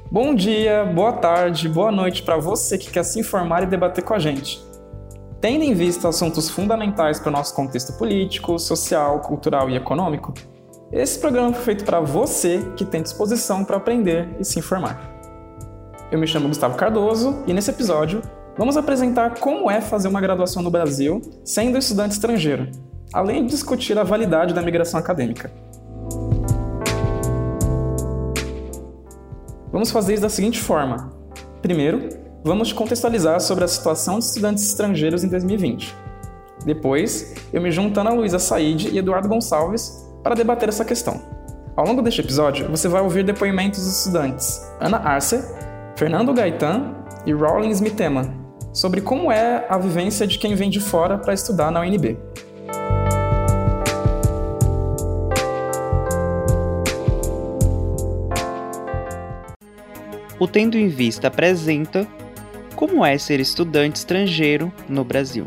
Bom dia, boa tarde, boa noite para você que quer se informar e debater com a gente. Tendo em vista assuntos fundamentais para o nosso contexto político, social, cultural e econômico, esse programa foi feito para você que tem disposição para aprender e se informar. Eu me chamo Gustavo Cardoso e nesse episódio vamos apresentar como é fazer uma graduação no Brasil sendo estudante estrangeiro, além de discutir a validade da migração acadêmica. Vamos fazer isso da seguinte forma. Primeiro, vamos contextualizar sobre a situação de estudantes estrangeiros em 2020. Depois, eu me junto a Ana Luísa Said e Eduardo Gonçalves para debater essa questão. Ao longo deste episódio, você vai ouvir depoimentos dos estudantes Ana Arce, Fernando Gaetan e Rawlings Mitema sobre como é a vivência de quem vem de fora para estudar na UNB. O Tendo em Vista apresenta como é ser estudante estrangeiro no Brasil.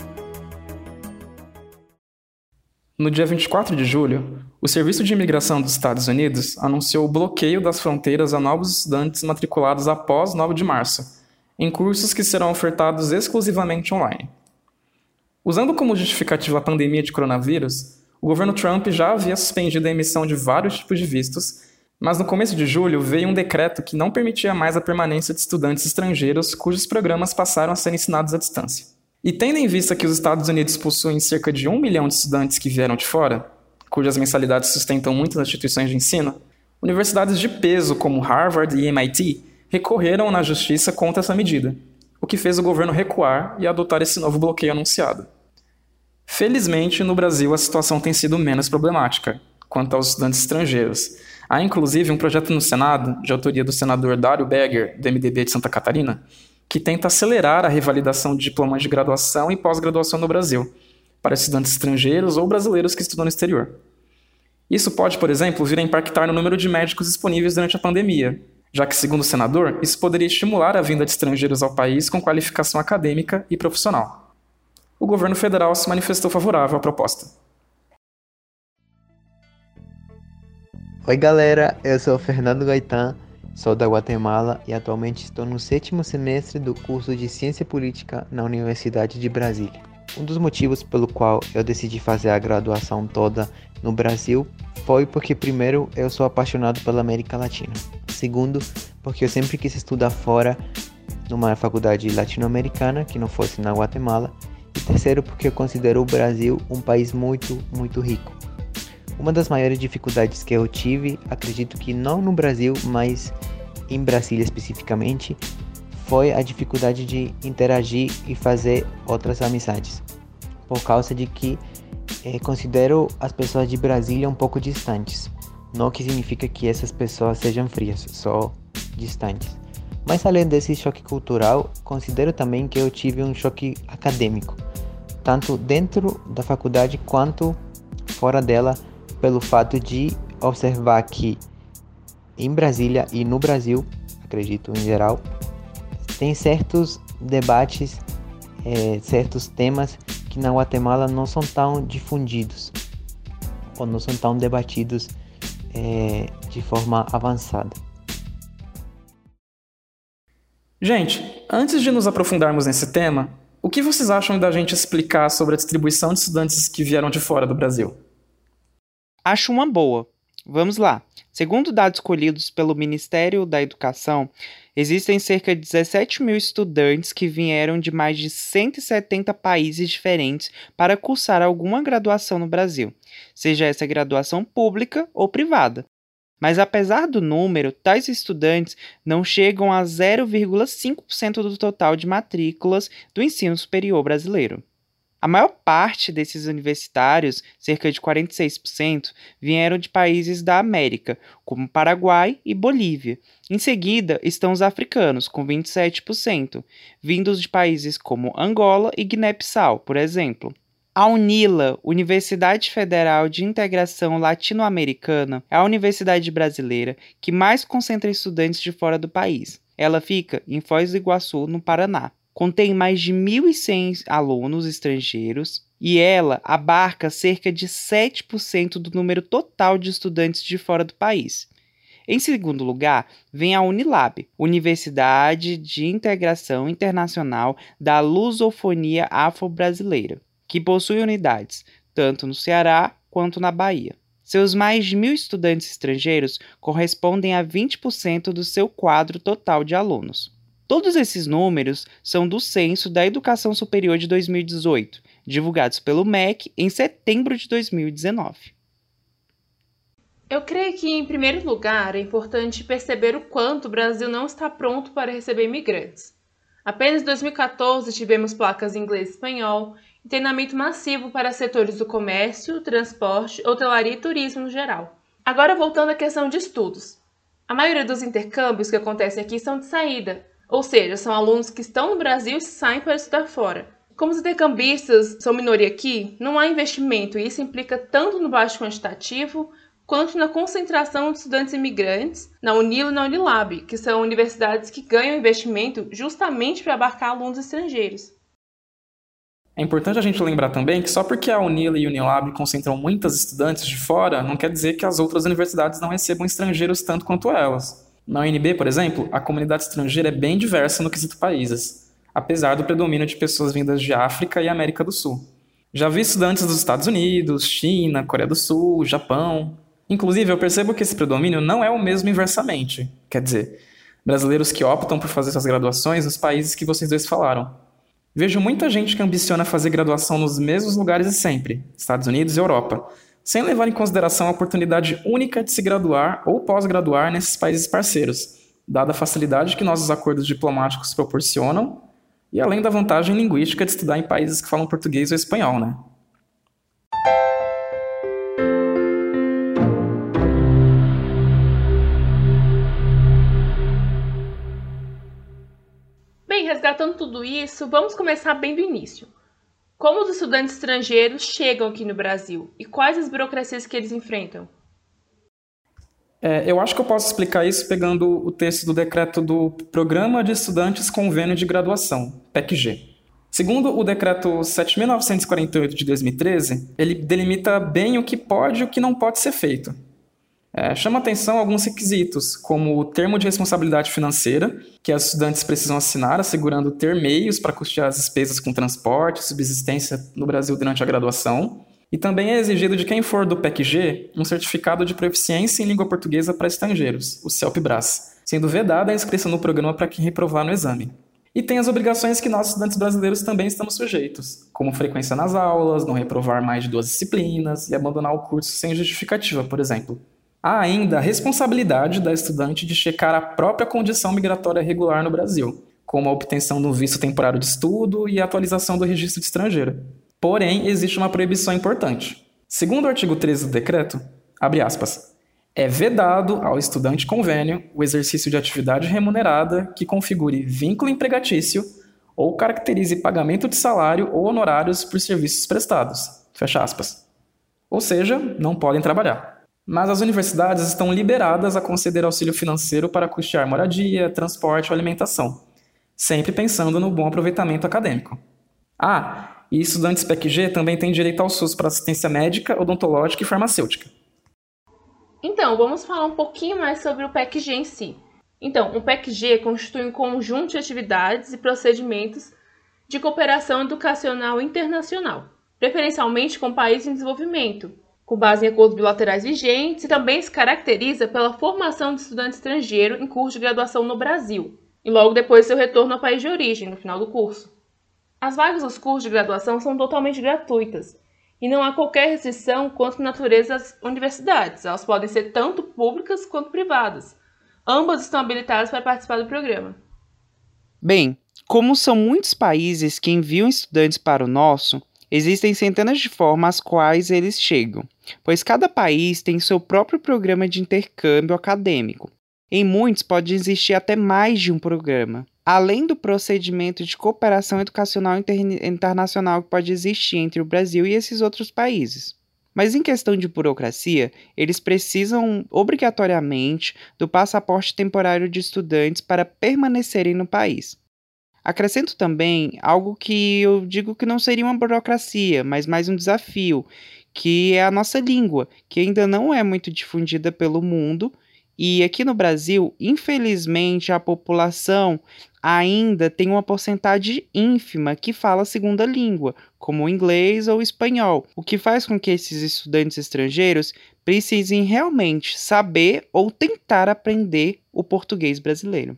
No dia 24 de julho, o Serviço de Imigração dos Estados Unidos anunciou o bloqueio das fronteiras a novos estudantes matriculados após 9 de março, em cursos que serão ofertados exclusivamente online. Usando como justificativa a pandemia de coronavírus, o governo Trump já havia suspendido a emissão de vários tipos de vistos, mas no começo de julho veio um decreto que não permitia mais a permanência de estudantes estrangeiros cujos programas passaram a ser ensinados à distância. E tendo em vista que os Estados Unidos possuem cerca de 1 milhão de estudantes que vieram de fora, cujas mensalidades sustentam muitas instituições de ensino, universidades de peso como Harvard e MIT recorreram na justiça contra essa medida, o que fez o governo recuar e adotar esse novo bloqueio anunciado. Felizmente, no Brasil a situação tem sido menos problemática quanto aos estudantes estrangeiros. Há inclusive um projeto no Senado, de autoria do senador Dário Berger, do MDB de Santa Catarina, que tenta acelerar a revalidação de diplomas de graduação e pós-graduação no Brasil, para estudantes estrangeiros ou brasileiros que estudam no exterior. Isso pode, por exemplo, vir a impactar no número de médicos disponíveis durante a pandemia, já que, segundo o senador, isso poderia estimular a vinda de estrangeiros ao país com qualificação acadêmica e profissional. O governo federal se manifestou favorável à proposta. Oi galera, eu sou o Fernando Gaetan, sou da Guatemala e atualmente estou no 7º semestre do curso de Ciência Política na Universidade de Brasília. Um dos motivos pelo qual eu decidi fazer a graduação toda no Brasil foi porque, primeiro, eu sou apaixonado pela América Latina. Segundo, porque eu sempre quis estudar fora, numa faculdade latino-americana que não fosse na Guatemala. E terceiro, porque eu considero o Brasil um país muito, muito rico. Uma das maiores dificuldades que eu tive, acredito que não no Brasil, mas em Brasília especificamente, foi a dificuldade de interagir e fazer outras amizades. Por causa de que considero as pessoas de Brasília um pouco distantes. Não que significa que essas pessoas sejam frias, só distantes. Mas além desse choque cultural, considero também que eu tive um choque acadêmico, tanto dentro da faculdade quanto fora dela, pelo fato de observar que em Brasília e no Brasil, acredito em geral, tem certos debates, certos temas que na Guatemala não são tão difundidos ou não são tão debatidos de forma avançada. Gente, antes de nos aprofundarmos nesse tema, o que vocês acham da gente explicar sobre a distribuição de estudantes que vieram de fora do Brasil? Acho uma boa. Vamos lá. Segundo dados colhidos pelo Ministério da Educação, existem cerca de 17 mil estudantes que vieram de mais de 170 países diferentes para cursar alguma graduação no Brasil, seja essa graduação pública ou privada. Mas apesar do número, tais estudantes não chegam a 0,5% do total de matrículas do ensino superior brasileiro. A maior parte desses universitários, cerca de 46%, vieram de países da América, como Paraguai e Bolívia. Em seguida, estão os africanos, com 27%, vindos de países como Angola e Guiné-Bissau, por exemplo. A UNILA, Universidade Federal de Integração Latino-Americana, é a universidade brasileira que mais concentra estudantes de fora do país. Ela fica em Foz do Iguaçu, no Paraná. Contém mais de 1.100 alunos estrangeiros e ela abarca cerca de 7% do número total de estudantes de fora do país. Em segundo lugar, vem a Unilab, Universidade de Integração Internacional da Lusofonia Afro-Brasileira, que possui unidades tanto no Ceará quanto na Bahia. Seus mais de 1.000 estudantes estrangeiros correspondem a 20% do seu quadro total de alunos. Todos esses números são do Censo da Educação Superior de 2018, divulgados pelo MEC em setembro de 2019. Eu creio que, em primeiro lugar, é importante perceber o quanto o Brasil não está pronto para receber imigrantes. Apenas em 2014 tivemos placas em inglês e espanhol e treinamento massivo para setores do comércio, transporte, hotelaria e turismo no geral. Agora voltando à questão de estudos. A maioria dos intercâmbios que acontecem aqui são de saída, ou seja, são alunos que estão no Brasil e saem para estudar fora. Como os intercambistas são minoria aqui, não há investimento e isso implica tanto no baixo quantitativo quanto na concentração de estudantes imigrantes na Unilo e na Unilab, que são universidades que ganham investimento justamente para abarcar alunos estrangeiros. É importante a gente lembrar também que só porque a Unilo e a Unilab concentram muitos estudantes de fora, não quer dizer que as outras universidades não recebam estrangeiros tanto quanto elas. Na UNB, por exemplo, a comunidade estrangeira é bem diversa no quesito países, apesar do predomínio de pessoas vindas de África e América do Sul. Já vi estudantes dos Estados Unidos, China, Coreia do Sul, Japão. Inclusive, eu percebo que esse predomínio não é o mesmo inversamente. Quer dizer, brasileiros que optam por fazer suas graduações nos países que vocês dois falaram. Vejo muita gente que ambiciona fazer graduação nos mesmos lugares de sempre, Estados Unidos e Europa, sem levar em consideração a oportunidade única de se graduar ou pós-graduar nesses países parceiros, dada a facilidade que nossos acordos diplomáticos proporcionam e além da vantagem linguística de estudar em países que falam português ou espanhol, né? Bem, resgatando tudo isso, vamos começar bem do início. Como os estudantes estrangeiros chegam aqui no Brasil e quais as burocracias que eles enfrentam? Eu acho que eu posso explicar isso pegando o texto do decreto do Programa de Estudantes Convênio de Graduação, PECG. Segundo o decreto 7.948 de 2013, ele delimita bem o que pode e o que não pode ser feito. Chama atenção alguns requisitos, como o termo de responsabilidade financeira, que os estudantes precisam assinar, assegurando ter meios para custear as despesas com transporte e subsistência no Brasil durante a graduação. E também é exigido de quem for do PECG um certificado de proficiência em língua portuguesa para estrangeiros, o CELP-BRAS, sendo vedada a inscrição no programa para quem reprovar no exame. E tem as obrigações que nós, estudantes brasileiros, também estamos sujeitos, como frequência nas aulas, não reprovar mais de 2 disciplinas e abandonar o curso sem justificativa, por exemplo. Há ainda a responsabilidade da estudante de checar a própria condição migratória regular no Brasil, como a obtenção do visto temporário de estudo e a atualização do registro de estrangeiro. Porém, existe uma proibição importante. Segundo o artigo 13 do decreto, abre aspas, é vedado ao estudante convênio o exercício de atividade remunerada que configure vínculo empregatício ou caracterize pagamento de salário ou honorários por serviços prestados. Fecha aspas. Ou seja, não podem trabalhar. Mas as universidades estão liberadas a conceder auxílio financeiro para custear moradia, transporte ou alimentação, sempre pensando no bom aproveitamento acadêmico. E estudantes PECG também têm direito ao SUS para assistência médica, odontológica e farmacêutica. Então, vamos falar um pouquinho mais sobre o PECG em si. Então, o PECG constitui um conjunto de atividades e procedimentos de cooperação educacional internacional, preferencialmente com países em desenvolvimento, com base em acordos bilaterais vigentes e também se caracteriza pela formação de estudante estrangeiro em curso de graduação no Brasil, e logo depois seu retorno ao país de origem, no final do curso. As vagas dos cursos de graduação são totalmente gratuitas, e não há qualquer restrição quanto à natureza das universidades. Elas podem ser tanto públicas quanto privadas. Ambas estão habilitadas para participar do programa. Bem, como são muitos países que enviam estudantes para o nosso, existem centenas de formas às quais eles chegam, pois cada país tem seu próprio programa de intercâmbio acadêmico. Em muitos pode existir até mais de um programa, além do procedimento de cooperação educacional internacional que pode existir entre o Brasil e esses outros países. Mas em questão de burocracia, eles precisam obrigatoriamente do passaporte temporário de estudantes para permanecerem no país. Acrescento também algo que eu digo que não seria uma burocracia, mas mais um desafio, que é a nossa língua, que ainda não é muito difundida pelo mundo E aqui no Brasil, infelizmente, a população ainda tem uma porcentagem ínfima que fala a segunda língua, como o inglês ou o espanhol, o que faz com que esses estudantes estrangeiros precisem realmente saber ou tentar aprender o português brasileiro.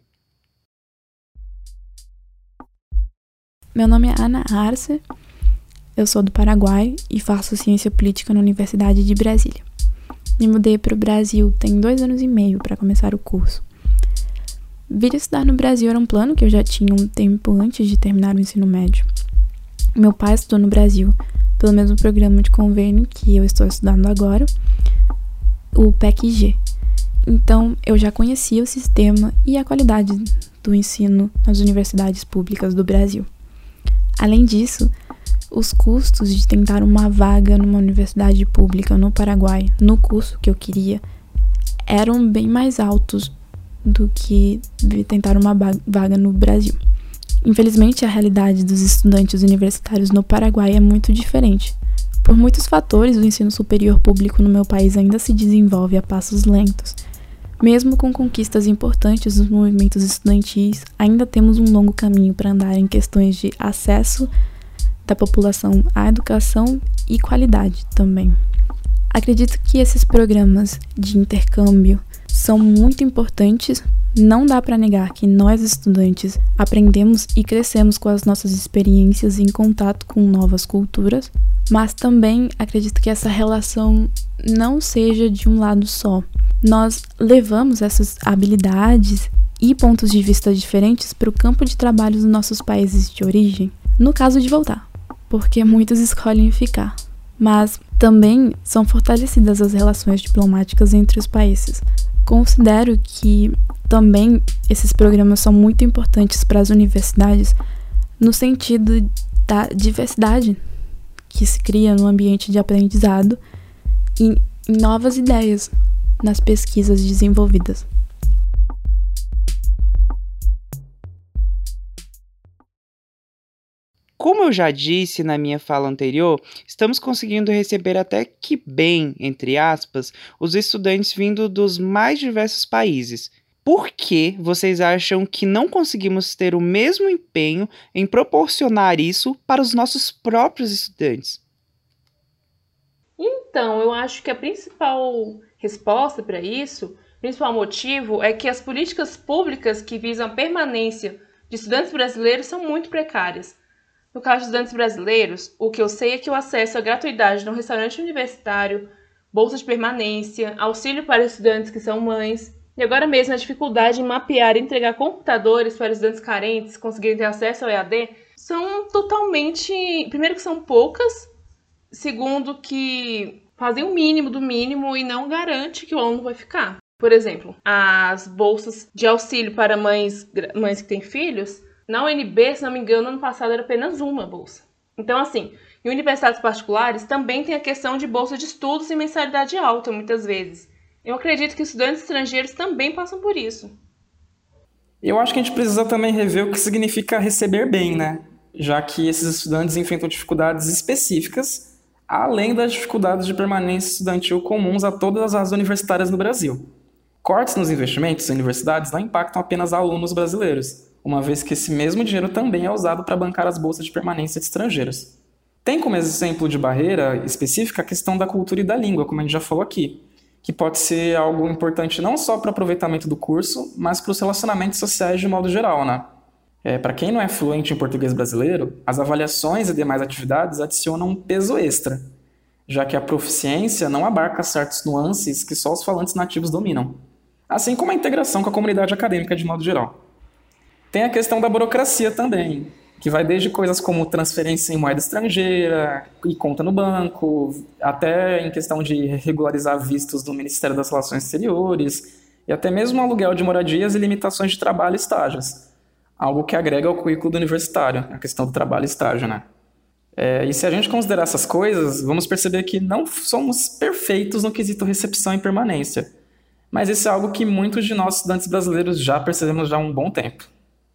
Meu nome é Ana Arce, eu sou do Paraguai e faço ciência política na Universidade de Brasília. Me mudei para o Brasil tem 2 anos e meio para começar o curso. Vir estudar no Brasil era um plano que eu já tinha um tempo antes de terminar o ensino médio. Meu pai estudou no Brasil pelo mesmo programa de convênio que eu estou estudando agora, o PEC-G. Então, eu já conhecia o sistema e a qualidade do ensino nas universidades públicas do Brasil. Além disso, os custos de tentar uma vaga numa universidade pública no Paraguai, no curso que eu queria, eram bem mais altos do que tentar uma vaga no Brasil. Infelizmente, a realidade dos estudantes universitários no Paraguai é muito diferente. Por muitos fatores, o ensino superior público no meu país ainda se desenvolve a passos lentos. Mesmo com conquistas importantes dos movimentos estudantis, ainda temos um longo caminho para andar em questões de acesso da população à educação e qualidade também. Acredito que esses programas de intercâmbio são muito importantes. Não dá para negar que nós, estudantes, aprendemos e crescemos com as nossas experiências em contato com novas culturas, mas também acredito que essa relação não seja de um lado só. Nós levamos essas habilidades e pontos de vista diferentes para o campo de trabalho dos nossos países de origem, no caso de voltar, porque muitos escolhem ficar. Mas também são fortalecidas as relações diplomáticas entre os países. Considero que também esses programas são muito importantes para as universidades no sentido da diversidade que se cria no ambiente de aprendizado e novas ideias nas pesquisas desenvolvidas. Como eu já disse na minha fala anterior, estamos conseguindo receber até que bem, entre aspas, os estudantes vindo dos mais diversos países. Por que vocês acham que não conseguimos ter o mesmo empenho em proporcionar isso para os nossos próprios estudantes? Então, eu acho que a principal resposta para isso, o principal motivo é que as políticas públicas que visam a permanência de estudantes brasileiros são muito precárias. No caso de estudantes brasileiros, o que eu sei é que o acesso à gratuidade no restaurante universitário, bolsa de permanência, auxílio para estudantes que são mães, e agora mesmo a dificuldade em mapear e entregar computadores para estudantes carentes conseguirem ter acesso ao EAD, são totalmente... Primeiro que são poucas, segundo que fazem o mínimo do mínimo e não garante que o aluno vai ficar. Por exemplo, as bolsas de auxílio para mães que têm filhos, na UNB, se não me engano, ano passado era apenas uma bolsa. Então, assim, em universidades particulares também tem a questão de bolsa de estudos e mensalidade alta, muitas vezes. Eu acredito que estudantes estrangeiros também passam por isso. Eu acho que a gente precisa também rever o que significa receber bem, né? Já que esses estudantes enfrentam dificuldades específicas, além das dificuldades de permanência estudantil comuns a todas as universitárias no Brasil. Cortes nos investimentos em universidades não impactam apenas alunos brasileiros, uma vez que esse mesmo dinheiro também é usado para bancar as bolsas de permanência de estrangeiros. Tem como exemplo de barreira específica a questão da cultura e da língua, como a gente já falou aqui, que pode ser algo importante não só para o aproveitamento do curso, mas para os relacionamentos sociais de modo geral, né? Para quem não é fluente em português brasileiro, as avaliações e demais atividades adicionam um peso extra, já que a proficiência não abarca certos nuances que só os falantes nativos dominam, assim como a integração com a comunidade acadêmica de modo geral. Tem a questão da burocracia também, que vai desde coisas como transferência em moeda estrangeira e conta no banco, até em questão de regularizar vistos do Ministério das Relações Exteriores, e até mesmo aluguel de moradias e limitações de trabalho e estágios, algo que agrega ao currículo do universitário, a questão do trabalho e estágio, né? E se a gente considerar essas coisas, vamos perceber que não somos perfeitos no quesito recepção e permanência, mas isso é algo que muitos de nós estudantes brasileiros já percebemos já há um bom tempo.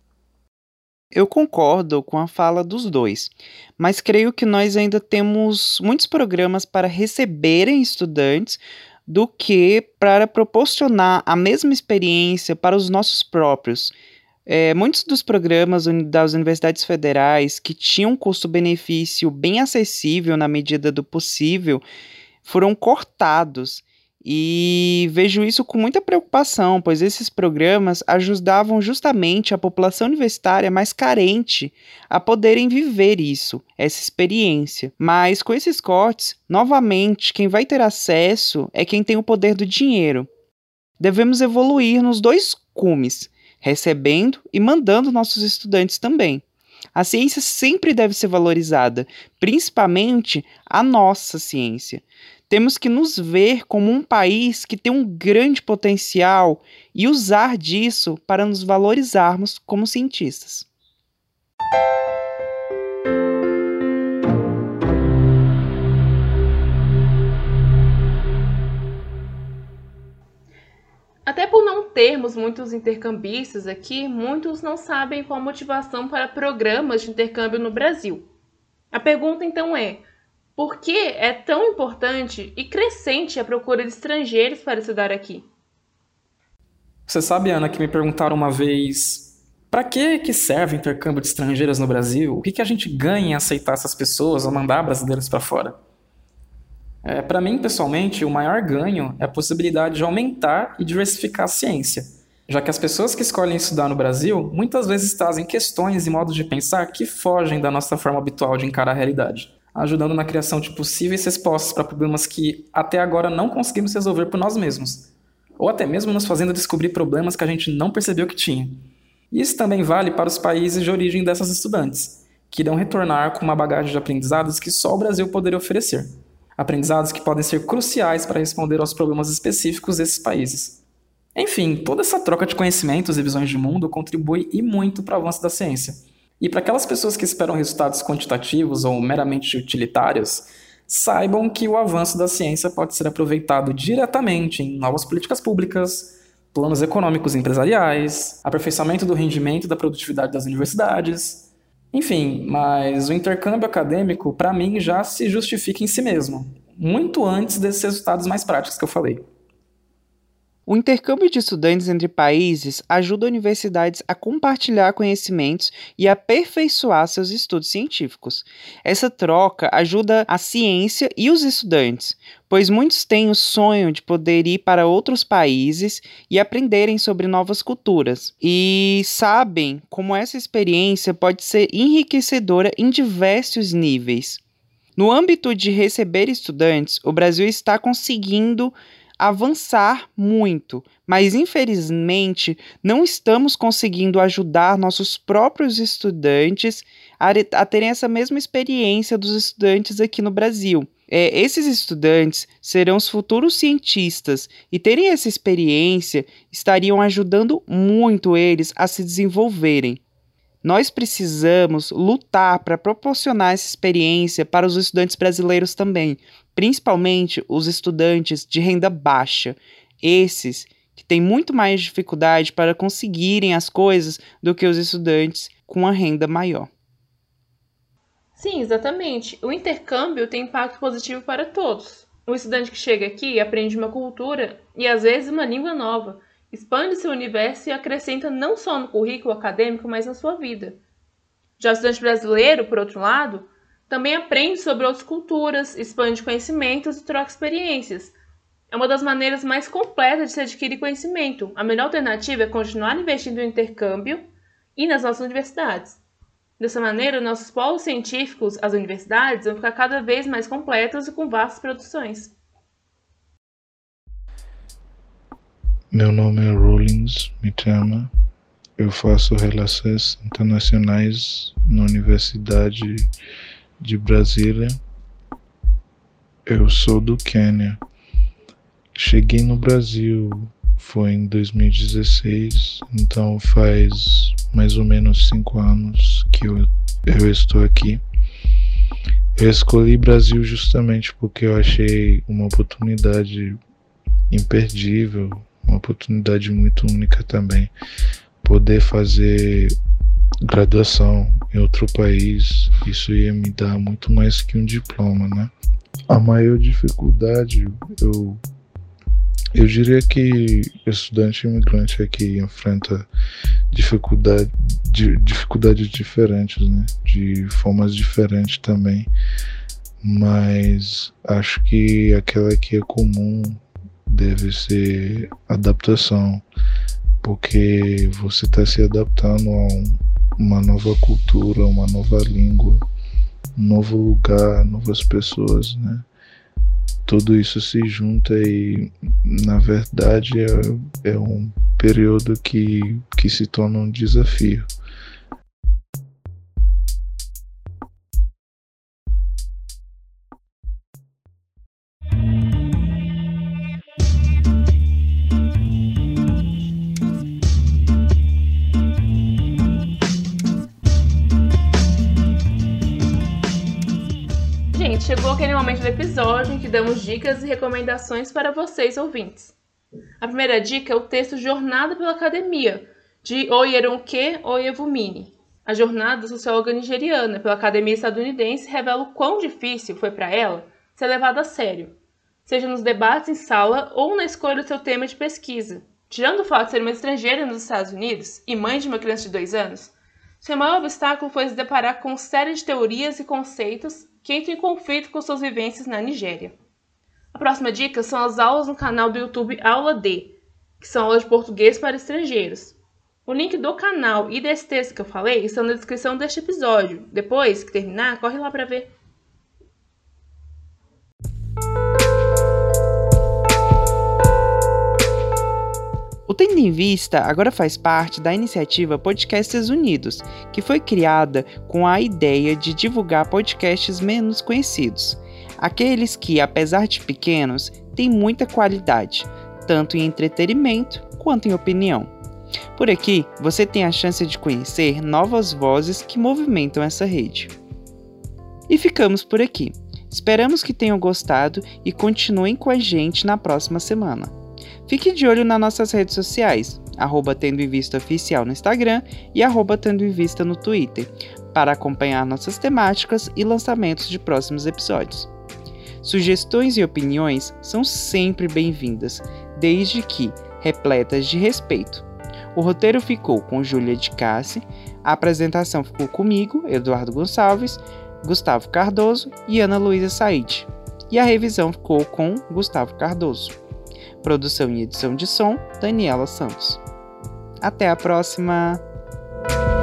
Eu concordo com a fala dos dois, mas creio que nós ainda temos muitos programas para receberem estudantes, do que para proporcionar a mesma experiência para os nossos próprios. Muitos dos programas das universidades federais que tinham um custo-benefício bem acessível na medida do possível foram cortados. E vejo isso com muita preocupação, pois esses programas ajudavam justamente a população universitária mais carente a poderem viver essa experiência. Mas com esses cortes, novamente, quem vai ter acesso é quem tem o poder do dinheiro. Devemos evoluir nos dois cumes, recebendo e mandando nossos estudantes também. A ciência sempre deve ser valorizada, principalmente a nossa ciência. Temos que nos ver como um país que tem um grande potencial e usar disso para nos valorizarmos como cientistas. Até por não termos muitos intercambistas aqui, muitos não sabem qual a motivação para programas de intercâmbio no Brasil. A pergunta então é: por que é tão importante e crescente a procura de estrangeiros para estudar aqui? Você sabe, Ana, que me perguntaram uma vez para que serve o intercâmbio de estrangeiros no Brasil? O que a gente ganha em aceitar essas pessoas ou mandar brasileiros para fora? Para mim, pessoalmente, o maior ganho é a possibilidade de aumentar e diversificar a ciência, já que as pessoas que escolhem estudar no Brasil muitas vezes trazem questões e modos de pensar que fogem da nossa forma habitual de encarar a realidade, ajudando na criação de possíveis respostas para problemas que até agora não conseguimos resolver por nós mesmos, ou até mesmo nos fazendo descobrir problemas que a gente não percebeu que tinha. Isso também vale para os países de origem dessas estudantes, que irão retornar com uma bagagem de aprendizados que só o Brasil poderia oferecer. Aprendizados que podem ser cruciais para responder aos problemas específicos desses países. Enfim, toda essa troca de conhecimentos e visões de mundo contribui e muito para o avanço da ciência. E para aquelas pessoas que esperam resultados quantitativos ou meramente utilitários, saibam que o avanço da ciência pode ser aproveitado diretamente em novas políticas públicas, planos econômicos e empresariais, aperfeiçoamento do rendimento e da produtividade das universidades. Enfim, mas o intercâmbio acadêmico, para mim, já se justifica em si mesmo, muito antes desses resultados mais práticos que eu falei. O intercâmbio de estudantes entre países ajuda universidades a compartilhar conhecimentos e aperfeiçoar seus estudos científicos. Essa troca ajuda a ciência e os estudantes, pois muitos têm o sonho de poder ir para outros países e aprenderem sobre novas culturas, e sabem como essa experiência pode ser enriquecedora em diversos níveis. No âmbito de receber estudantes, o Brasil está conseguindo avançar muito, mas infelizmente não estamos conseguindo ajudar nossos próprios estudantes a terem essa mesma experiência dos estudantes aqui no Brasil. Esses estudantes serão os futuros cientistas e terem essa experiência estariam ajudando muito eles a se desenvolverem. Nós precisamos lutar para proporcionar essa experiência para os estudantes brasileiros também, principalmente os estudantes de renda baixa, esses que têm muito mais dificuldade para conseguirem as coisas do que os estudantes com a renda maior. Sim, exatamente. O intercâmbio tem impacto positivo para todos. O estudante que chega aqui aprende uma cultura e às vezes uma língua nova, expande seu universo e acrescenta não só no currículo acadêmico, mas na sua vida. Já o estudante brasileiro, por outro lado, também aprende sobre outras culturas, expande conhecimentos e troca experiências. É uma das maneiras mais completas de se adquirir conhecimento. A melhor alternativa é continuar investindo no intercâmbio e nas nossas universidades. Dessa maneira, nossos polos científicos, as universidades, vão ficar cada vez mais completos e com vastas produções. Meu nome é Rollins Mitama. Eu faço Relações Internacionais na Universidade de Brasília. Eu sou do Quênia. Cheguei no Brasil foi em 2016, então faz mais ou menos 5 anos que eu estou aqui. Eu escolhi Brasil justamente porque eu achei uma oportunidade imperdível, uma oportunidade muito única também, poder fazer graduação em outro país. Isso ia me dar muito mais que um diploma, né? A maior dificuldade eu Eu diria que o estudante imigrante aqui enfrenta dificuldades diferentes, né? De formas diferentes também, mas acho que aquela que é comum deve ser adaptação, porque você está se adaptando a uma nova cultura, uma nova língua, um novo lugar, novas pessoas, né? Tudo isso se junta e, na verdade, é um período que se torna um desafio. Gente, chegou aquele momento do episódio em que damos dicas e recomendações para vocês, ouvintes. A primeira dica é o texto Jornada pela Academia, de Oyerunke Oyevumini. A jornada da socióloga nigeriana pela Academia Estadunidense revela o quão difícil foi para ela ser levada a sério, seja nos debates em sala ou na escolha do seu tema de pesquisa. Tirando o fato de ser uma estrangeira nos Estados Unidos e mãe de uma criança de 2 anos, seu maior obstáculo foi se deparar com uma série de teorias e conceitos que entram em conflito com suas vivências na Nigéria. A próxima dica são as aulas no canal do YouTube Aula D, que são aulas de português para estrangeiros. O link do canal e desse texto que eu falei estão na descrição deste episódio. Depois que terminar, corre lá para ver. O Tendo em Vista agora faz parte da iniciativa Podcasts Unidos, que foi criada com a ideia de divulgar podcasts menos conhecidos. Aqueles que, apesar de pequenos, têm muita qualidade, tanto em entretenimento quanto em opinião. Por aqui, você tem a chance de conhecer novas vozes que movimentam essa rede. E ficamos por aqui. Esperamos que tenham gostado e continuem com a gente na próxima semana. Fique de olho nas nossas redes sociais, @Tendo em Vista Oficial no Instagram e @Tendo em Vista no Twitter, para acompanhar nossas temáticas e lançamentos de próximos episódios. Sugestões e opiniões são sempre bem-vindas, desde que repletas de respeito. O roteiro ficou com Júlia de Cassi, a apresentação ficou comigo, Eduardo Gonçalves, Gustavo Cardoso e Ana Luísa Said, e a revisão ficou com Gustavo Cardoso. Produção e edição de som, Daniela Santos. Até a próxima!